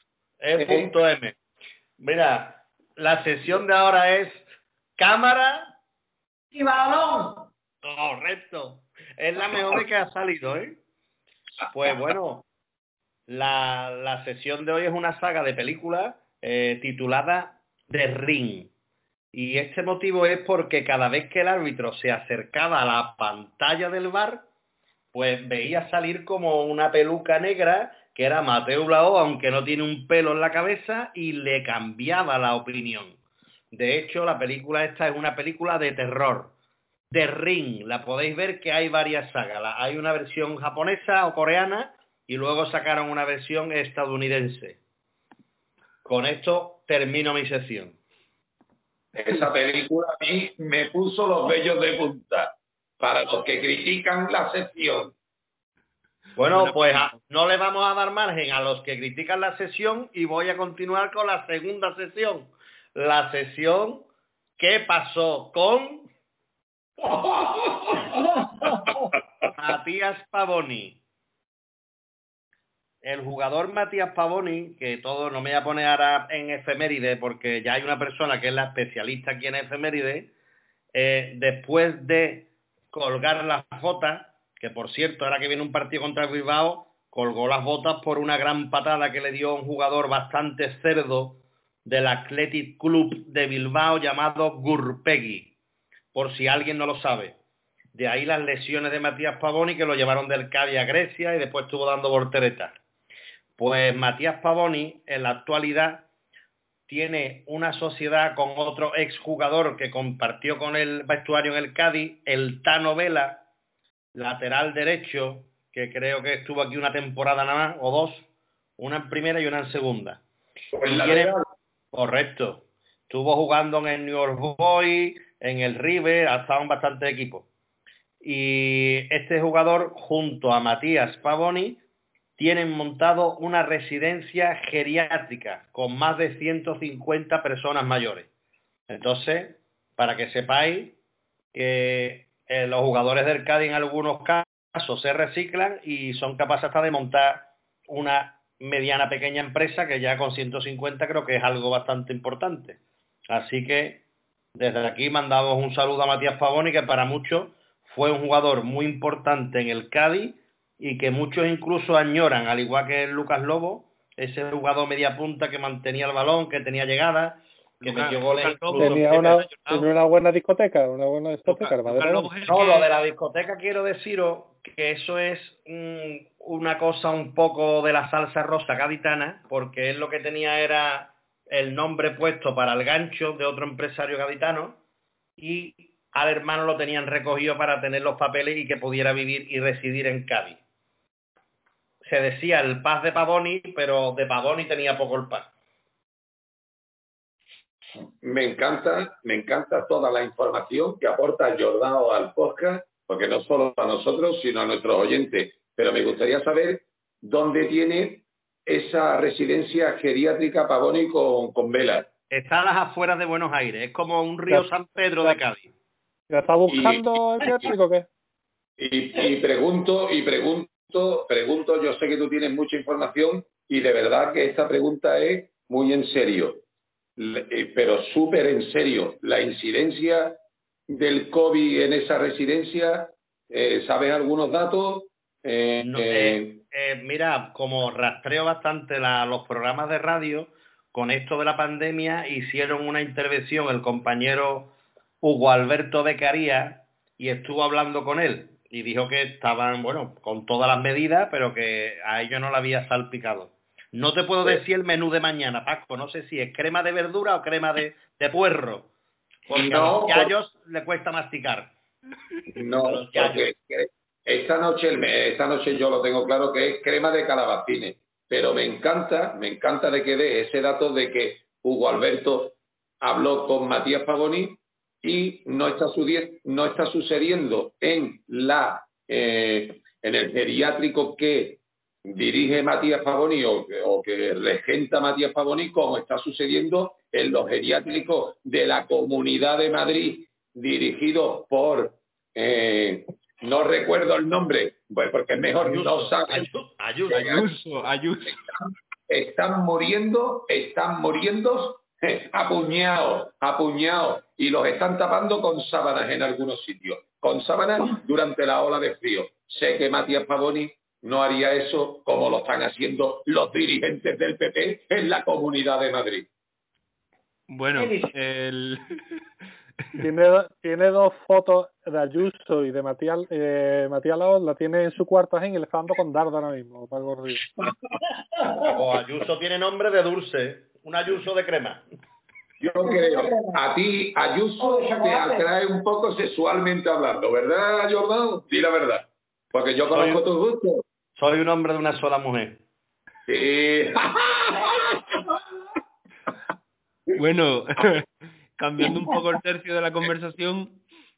E.M. Mira, la sesión de ahora es cámara ¡Y balón! Correcto. Es la mejor que ha salido, ¿eh? Pues bueno, la sesión de hoy es una saga de películas titulada The Ring. Y este motivo es porque cada vez que el árbitro se acercaba a la pantalla del VAR, pues veía salir como una peluca negra, que era Mateu Laó, aunque no tiene un pelo en la cabeza, y le cambiaba la opinión. De hecho, la película esta es una película de terror. The Ring, la podéis ver que hay varias sagas. Hay una versión japonesa o coreana, y luego sacaron una versión estadounidense. Con esto termino mi sección. Esa película a mí me puso los vellos de punta. Para los que critican la sección. Bueno, pues no le vamos a dar margen a los que critican la sesión y voy a continuar con la segunda sesión. La sesión ¿qué pasó con Matías Pavoni? El jugador Matías Pavoni, que todo no me voy a poner ahora en efeméride porque ya hay una persona que es la especialista aquí en efeméride, después de colgar las botas, que por cierto, ahora que viene un partido contra el Bilbao, colgó las botas por una gran patada que le dio un jugador bastante cerdo del Athletic Club de Bilbao llamado Gurpegui, por si alguien no lo sabe. De ahí las lesiones de Matías Pavoni, que lo llevaron del Cádiz a Grecia y después estuvo dando volteretas. Pues Matías Pavoni, en la actualidad, tiene una sociedad con otro exjugador que compartió con el vestuario en el Cádiz, el Tano Vela, lateral derecho, que creo que estuvo aquí una temporada nada más, o dos, una en primera y una en segunda. Correcto. Estuvo jugando en el New York Boys, en el River, ha estado en bastantes equipos. Y este jugador, junto a Matías Pavoni, tienen montado una residencia geriátrica con más de 150 personas mayores. Entonces, para que sepáis que los jugadores del Cádiz en algunos casos se reciclan y son capaces hasta de montar una mediana pequeña empresa que ya con 150 creo que es algo bastante importante. Así que desde aquí mandamos un saludo a Matías Pavoni, que para muchos fue un jugador muy importante en el Cádiz y que muchos incluso añoran, al igual que Lucas Lobo, ese jugador media punta que mantenía el balón, que tenía llegada, que metió goles. Tenía una buena discoteca, una buena discoteca. No, lo de la discoteca quiero deciros que eso es una cosa un poco de la salsa rosa gaditana, porque él lo que tenía era el nombre puesto para el gancho de otro empresario gaditano y al hermano lo tenían recogido para tener los papeles y que pudiera vivir y residir en Cádiz. Se decía el Paz de Pavoni, pero de Pavoni tenía poco el Paz. Me encanta toda la información que aporta Jordao al podcast, porque no solo a nosotros, sino a nuestros oyentes. Pero me gustaría saber dónde tiene esa residencia geriátrica Pavoni con Vela. Está a las afueras de Buenos Aires, es como un río San Pedro de Cádiz. ¿La está buscando el geriátrico o qué? Y pregunto, yo sé que tú tienes mucha información y de verdad que esta pregunta es muy en serio, pero súper en serio. La incidencia del COVID en esa residencia, ¿sabes algunos datos? Mira, como rastreo bastante los programas de radio, con esto de la pandemia hicieron una intervención el compañero Hugo Alberto de Caría y estuvo hablando con él y dijo que estaban, bueno, con todas las medidas, pero que a ellos no le había salpicado. No te puedo decir el menú de mañana, Paco, no sé si es crema de verdura o crema de puerro, porque a los yayos le cuesta masticar. No, porque esta noche yo lo tengo claro que es crema de calabacines, pero me encanta de que dé ese dato de que Hugo Alberto habló con Matías Pavoni y no está sucediendo en el geriátrico que dirige Matías Pavoni o que regenta Matías Pavoni, como está sucediendo en los geriátricos de la Comunidad de Madrid, dirigidos por no recuerdo el nombre, pues porque es mejor no saber. Ayuso. Están muriendo apuñados y los están tapando con sábanas en algunos sitios, con sábanas durante la ola de frío. Sé que Matías Pavoni no haría eso como lo están haciendo los dirigentes del PP en la Comunidad de Madrid. Bueno, Tiene dos fotos de Ayuso y de Matías Laos, la tiene en su cuarto y le está dando con dardo ahora mismo. O Ayuso tiene nombre de dulce, un Ayuso de crema. Yo creo, a ti Ayuso te atrae un poco sexualmente hablando, ¿verdad, Jordao? Di la verdad, porque yo conozco tus gustos. Soy un hombre de una sola mujer. Sí. Bueno, cambiando un poco el tercio de la conversación,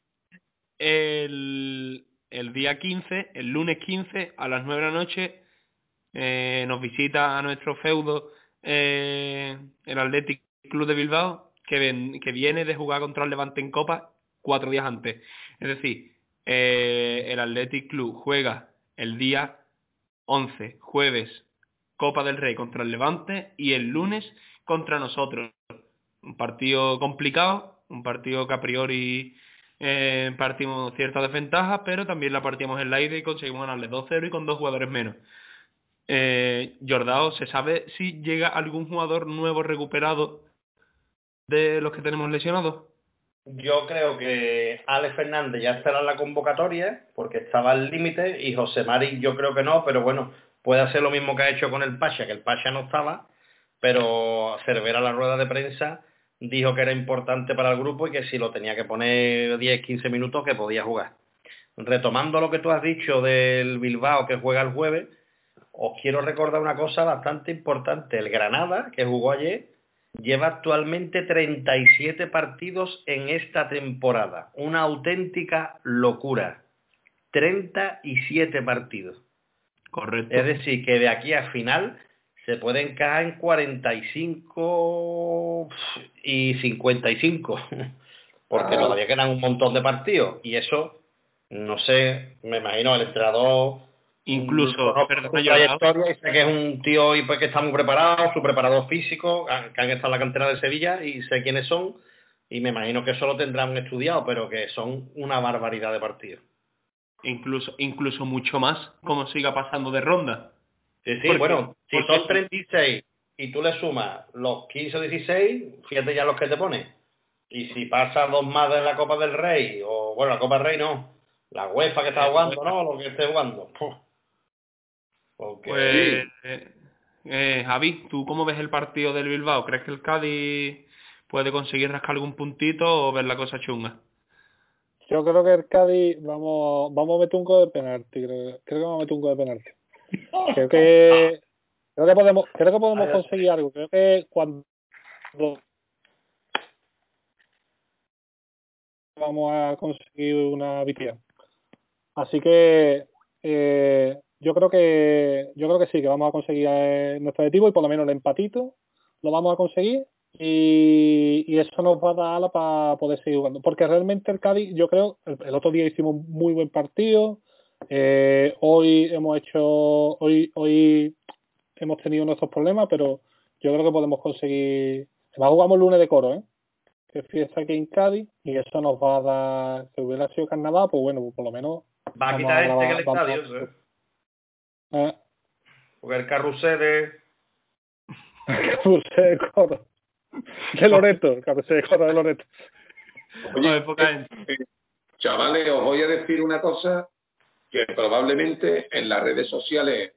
el día 15, el lunes 15, a las 9 de la noche, nos visita a nuestro feudo el Athletic Club de Bilbao, que viene de jugar contra el Levante en Copa 4 días antes. Es decir, el Athletic Club juega el día 11, jueves, Copa del Rey contra el Levante y el lunes contra nosotros. Un partido complicado, un partido que a priori partimos ciertas desventajas, pero también la partimos en la ida y conseguimos ganarle 2-0 y con 2 jugadores menos. Jordao, ¿se sabe si llega algún jugador nuevo recuperado de los que tenemos lesionados? Yo creo que Alex Fernández ya estará en la convocatoria porque estaba al límite y José Mari yo creo que no, pero bueno, puede hacer lo mismo que ha hecho con el Pasha, que el Pasha no estaba, pero Cervera a la rueda de prensa dijo que era importante para el grupo y que si lo tenía que poner 10-15 minutos que podía jugar. Retomando lo que tú has dicho del Bilbao que juega el jueves, os quiero recordar una cosa bastante importante. El Granada, que jugó ayer, lleva actualmente 37 partidos en esta temporada. Una auténtica locura. 37 partidos. Correcto. Es decir, que de aquí a final se pueden caer en 45 y 55. Porque todavía quedan un montón de partidos. Y eso, no sé, me imagino el entrenador... Incluso su trayectoria y sé que es un tío y pues que está muy preparado, su preparador físico, que han estado en la cantera de Sevilla y sé quiénes son y me imagino que eso lo tendrán estudiado, pero que son una barbaridad de partidos. Incluso mucho más, como siga pasando de ronda. Sí, Porque- bueno, si porque son 36 y tú le sumas los 15 o 16, fíjate ya los que te pone. Y si pasa 2 más de la Copa del Rey, o bueno, la Copa del Rey no, la UEFA que está jugando, ¿no? Lo que esté jugando. Porque Pues, Javi, ¿tú cómo ves el partido del Bilbao? ¿Crees que el Cádiz puede conseguir rascar algún puntito o ver la cosa chunga? Yo creo que el Cádiz vamos a meter un gol de penalti. Creo que vamos a meter un gol de penalti. Creo que podemos conseguir algo. Creo que cuando vamos a conseguir una victoria. Así que yo creo que sí, que vamos a conseguir nuestro objetivo y por lo menos el empatito lo vamos a conseguir y eso nos va a dar ala para poder seguir jugando. Porque realmente el Cádiz, yo creo, el otro día hicimos un muy buen partido. Hoy hemos tenido nuestros problemas, pero yo creo que podemos conseguir. Además jugamos lunes de coro, que es fiesta aquí en Cádiz, y eso nos va a dar, si hubiera sido carnaval, pues bueno, por lo menos va a vamos quitar grabar- que el vamos a- estadio, ¿sí? eh, Porque el carrusel de... carrusel de coro de Loreto, el carrusel de coro de Loreto. Oye, poca gente. Chavales, os voy a decir una cosa que probablemente en las redes sociales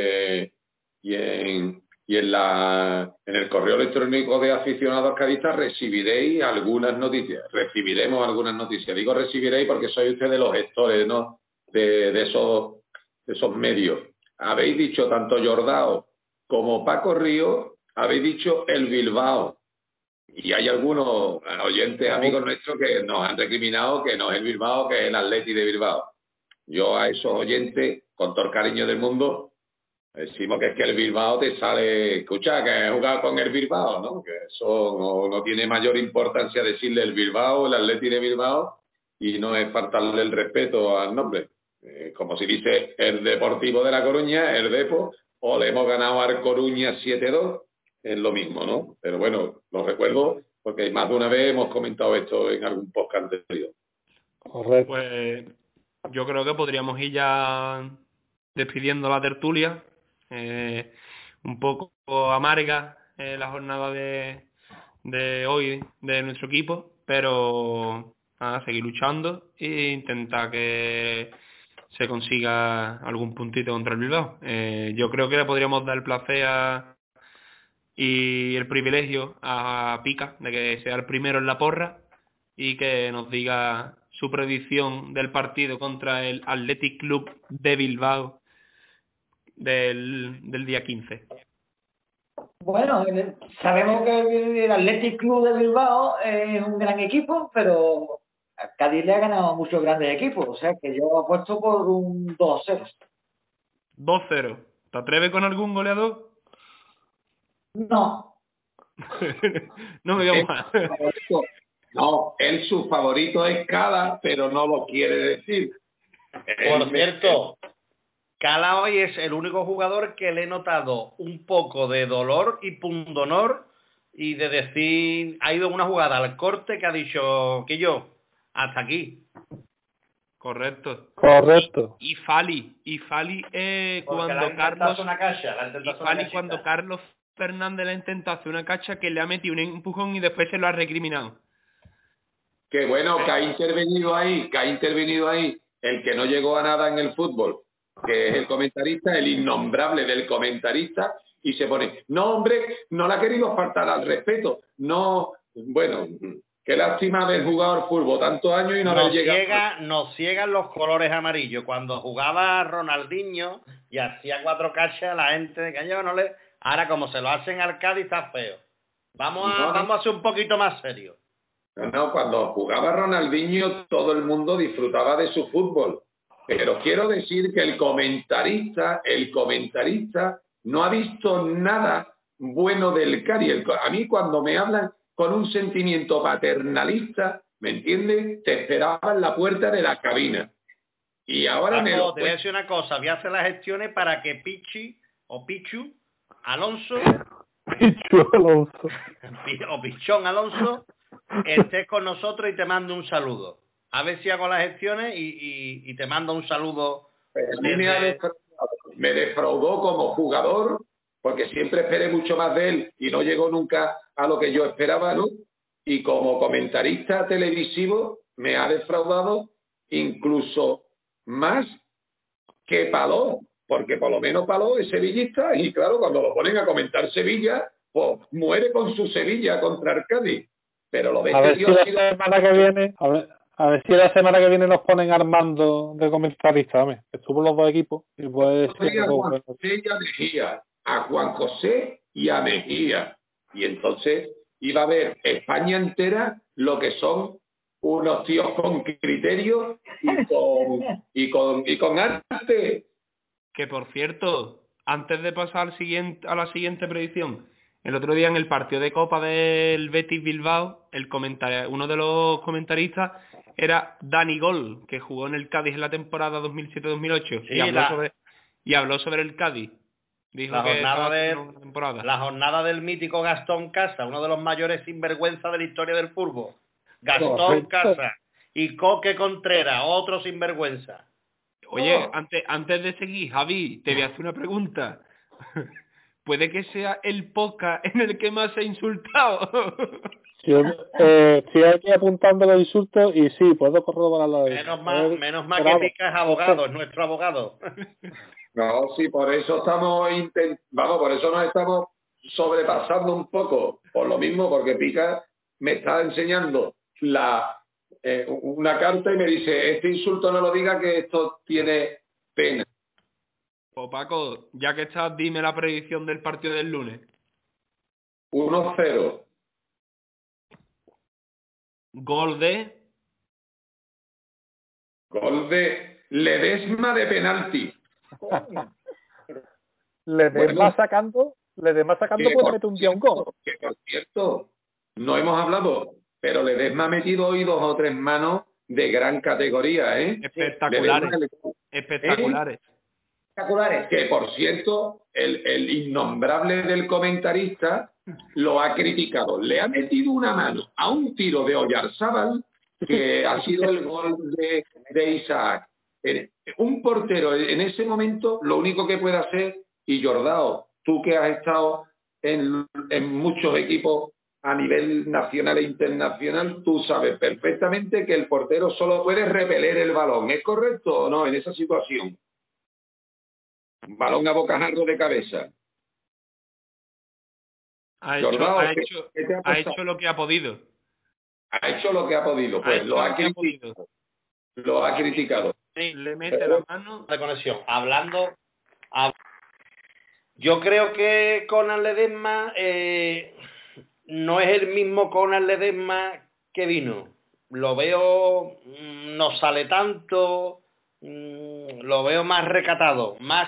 en el correo electrónico de aficionados cadistas recibiremos algunas noticias. Digo recibiréis porque sois ustedes los gestores, ¿no? de esos medios. Habéis dicho tanto Jordao como Paco Río, habéis dicho el Bilbao. Y hay algunos oyentes, amigos nuestros, que nos han recriminado que no es el Bilbao, que es el Atleti de Bilbao. Yo a esos oyentes, con todo el cariño del mundo, decimos que es que el Bilbao te sale, escucha, que he jugado con el Bilbao, ¿no? Que eso no tiene mayor importancia decirle el Bilbao, el Atleti de Bilbao, y no es faltarle el respeto al nombre. Como si dice el Deportivo de La Coruña, el Depo, o le hemos ganado al Coruña 7-2, es lo mismo, ¿no? Pero bueno, lo recuerdo porque más de una vez hemos comentado esto en algún podcast anterior. Correcto. Pues yo creo que podríamos ir ya despidiendo la tertulia. Un poco amarga la jornada de hoy de nuestro equipo, pero nada, seguir luchando e intentar que se consiga algún puntito contra el Bilbao. Yo creo que le podríamos dar el placer y el privilegio a Pica de que sea el primero en la porra y que nos diga su predicción del partido contra el Athletic Club de Bilbao del día 15. Bueno, sabemos que el Athletic Club de Bilbao es un gran equipo, pero a Cádiz le ha ganado muchos grandes equipos, o sea que yo apuesto por un 2-0. 2-0. ¿Te atreves con algún goleador? No. No me voy a mojar. No, él su favorito es Cala, pero no lo quiere decir. Por cierto, Cala hoy es el único jugador que le he notado un poco de dolor y pundonor y de decir, ha ido una jugada al corte que ha dicho que yo, hasta aquí. Correcto. Y Fali cuando Carlos Fernández le ha intentado hacer una cacha que le ha metido un empujón y después se lo ha recriminado. Que bueno, que ha intervenido ahí el que no llegó a nada en el fútbol, que es el comentarista, el innombrable del comentarista, y se pone, no hombre, no le ha querido faltar al respeto, no, bueno, qué lástima haber jugado al fútbol tantos años y no haber llegado. Nos ciegan los colores amarillos. Cuando jugaba Ronaldinho y hacía 4 cachas, la gente de Cañón no le... Ahora como se lo hacen al Cádiz está feo. Vamos a ser un poquito más serios. No, cuando jugaba Ronaldinho todo el mundo disfrutaba de su fútbol. Pero quiero decir que el comentarista no ha visto nada bueno del Cádiz. A mí cuando me hablan con un sentimiento paternalista, ¿me entiendes? Te esperaba en la puerta de la cabina. Y ahora Paco, te voy a decir una cosa, voy a hacer las gestiones para que Pichu Alonso o Pichón Alonso estés con nosotros y te mando un saludo. A ver si hago las gestiones y te mando un saludo. me defraudó como jugador, porque siempre esperé mucho más de él y no llegó nunca a lo que yo esperaba, ¿no? Y como comentarista televisivo me ha defraudado incluso más que Paló, porque por lo menos Paló es sevillista y claro, cuando lo ponen a comentar Sevilla, pues muere con su Sevilla contra el Cádiz. Pero lo de A ver este si tío la ha sido... semana que viene, a ver si la semana que viene nos ponen Armando de comentarista, dame. Estuvo los dos equipos y puede ser A algo Juan bueno. José y a Mejía, a Juan José y a Mejía. Y entonces iba a ver España entera lo que son unos tíos con criterio y con arte. Que por cierto, antes de pasar a la siguiente predicción, el otro día en el partido de Copa del Betis Bilbao, uno de los comentaristas era Dani Gol, que jugó en el Cádiz en la temporada 2007-2008 Sí, y habló sobre el Cádiz. Dijo que estaba haciendo una temporada. La jornada del mítico Gastón Casa, uno de los mayores sinvergüenza de la historia del fútbol. Gastón Casa y Coque Contreras, otro sinvergüenza. Oye, antes de seguir, Javi, te voy a hacer una pregunta. Puede que sea el podcast en el que más se ha insultado. Estoy aquí apuntando los insultos y sí, puedo corroborarlo. Menos mal que Pica es abogado, es nuestro abogado. No, sí, por eso por eso nos estamos sobrepasando un poco, por lo mismo, porque Pica me está enseñando una carta y me dice, este insulto no lo diga que esto tiene pena. Pues Paco, ya que estás, dime la predicción del partido del lunes. 1-0. Gol de Ledesma de penalti. Ledesma sacando puede meter un día un gol. Que por cierto, no hemos hablado, pero Ledesma ha metido hoy 2 o 3 manos de gran categoría, ¿eh? Espectaculares. Ledesma, Espectaculares. Espectaculares. Que por cierto, el innombrable del comentarista lo ha criticado. Le ha metido una mano a un tiro de Oyarzábal que ha sido el gol de Isaac. Un portero en ese momento lo único que puede hacer, y Jordao, tú que has estado en muchos equipos a nivel nacional e internacional, tú sabes perfectamente que el portero solo puede repeler el balón. ¿Es correcto o no en esa situación? Balón a bocajarro de cabeza. Ha Jordao, hecho lo que ha podido. Ha hecho lo que ha podido, pues lo ha criticado. Lo ha criticado. Sí, le mete la mano de conexión. Yo creo que Conan Ledesma no es el mismo Conan Ledesma que vino. Lo veo, no sale tanto, lo veo más recatado, más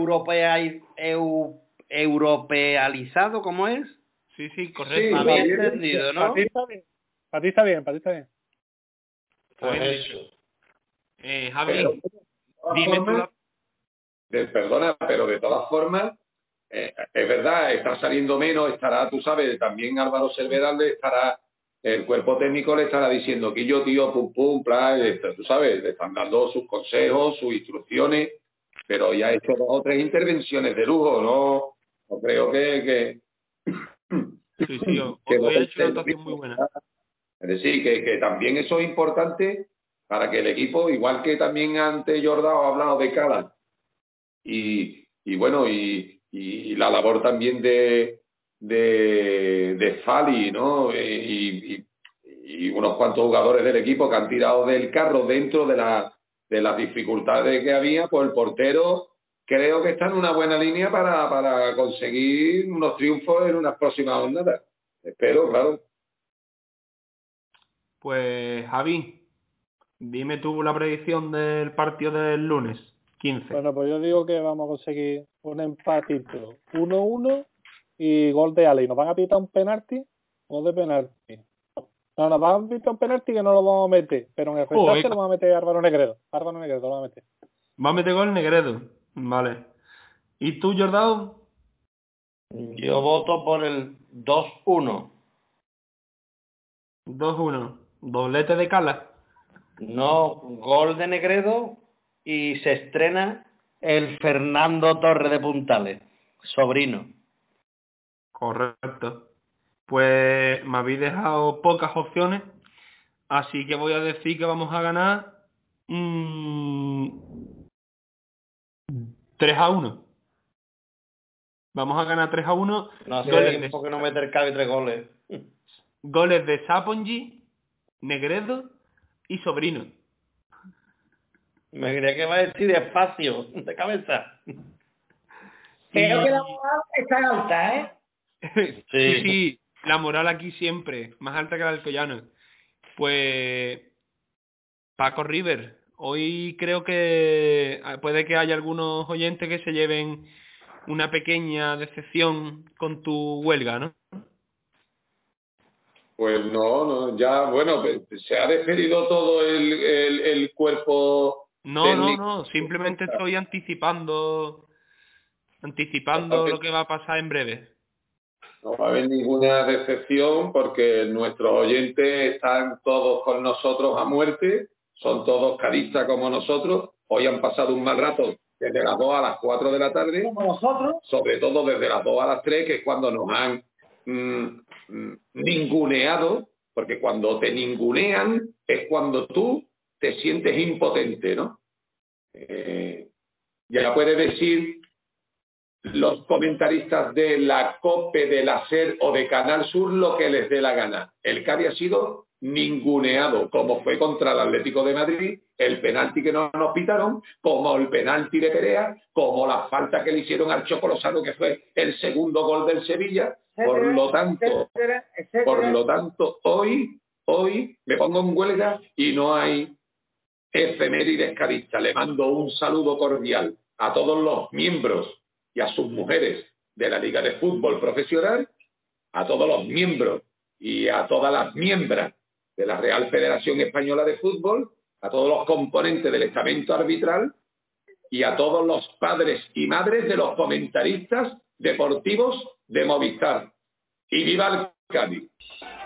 europealizado, ¿cómo es? Sí, correcto. Me había entendido, ¿no? Para ti está bien. Pues eso. Javi, dime tú Perdona, pero de todas formas, es verdad, está saliendo menos, estará, tú sabes, también Álvaro Cervedal estará, el cuerpo técnico le estará diciendo que yo, tío, pum, pum, tú sabes, le están dando sus consejos, sus instrucciones, pero ya ha hecho 2 o 3 intervenciones de lujo, no creo que Sí, hoy ha hecho una actuación muy buena. Es decir, que también eso es importante para que el equipo, igual que también antes Jordao ha hablado de Cala, y bueno, y la labor también de Fali, ¿no? Y unos cuantos jugadores del equipo que han tirado del carro dentro de las dificultades que había, pues el portero creo que está en una buena línea para conseguir unos triunfos en unas próximas jornadas. Espero, claro. Pues Javi, dime tú la predicción del partido del lunes, 15. Bueno, pues yo digo que vamos a conseguir un empatito 1-1 y gol de Ale. ¿Y nos van a pitar un penalti? Gol de penalti. No, nos van a pitar un penalti que no lo vamos a meter, pero en el rechazo lo va a meter Álvaro Negredo. Álvaro Negredo lo va a meter. Va a meter gol Negredo. Vale. ¿Y tú, Jordao? Yo voto por el 2-1. 2-1. Doblete de Cala. No, gol de Negredo y se estrena el Fernando Torres de Puntales, sobrino. Correcto. Pues me habéis dejado pocas opciones, así que voy a decir que vamos a ganar 3-1. Vamos a ganar 3-1. No hace tiempo que no mete el Cádiz 3 goles. Goles de Sapongi, Negredo y Sobrino. Me creía que iba a decir despacio, de cabeza. Creo que la moral está alta, ¿eh? Sí, la moral aquí siempre, más alta que la del Collano. Pues Paco River, hoy creo que puede que haya algunos oyentes que se lleven una pequeña decepción con tu huelga, ¿no? Pues no, ya, bueno, se ha despedido todo el cuerpo técnico. No, simplemente estoy anticipando lo que va a pasar en breve. No va a haber ninguna decepción porque nuestros oyentes están todos con nosotros a muerte, son todos cadistas como nosotros. Hoy han pasado un mal rato desde las 2 a las 4 de la tarde, Como nosotros. sobre todo desde las 2 a las 3, que es cuando nos han ninguneado, porque cuando te ningunean es cuando tú te sientes impotente, ¿no? Ya puedes decir los comentaristas de la COPE, de la SER o de Canal Sur lo que les dé la gana. El Cádiz ha sido ninguneado, como fue contra el Atlético de Madrid, el penalti que no nos pitaron, como el penalti de Perea, como la falta que le hicieron al Choco Lozano, que fue el segundo gol del Sevilla. Por lo tanto, hoy me pongo en huelga y no hay efemérides cadistas. Le mando un saludo cordial a todos los miembros y a sus mujeres de la Liga de Fútbol Profesional, a todos los miembros y a todas las miembros de la Real Federación Española de Fútbol, a todos los componentes del estamento arbitral y a todos los padres y madres de los comentaristas deportivos de Movistar. ¡Y viva el Cádiz!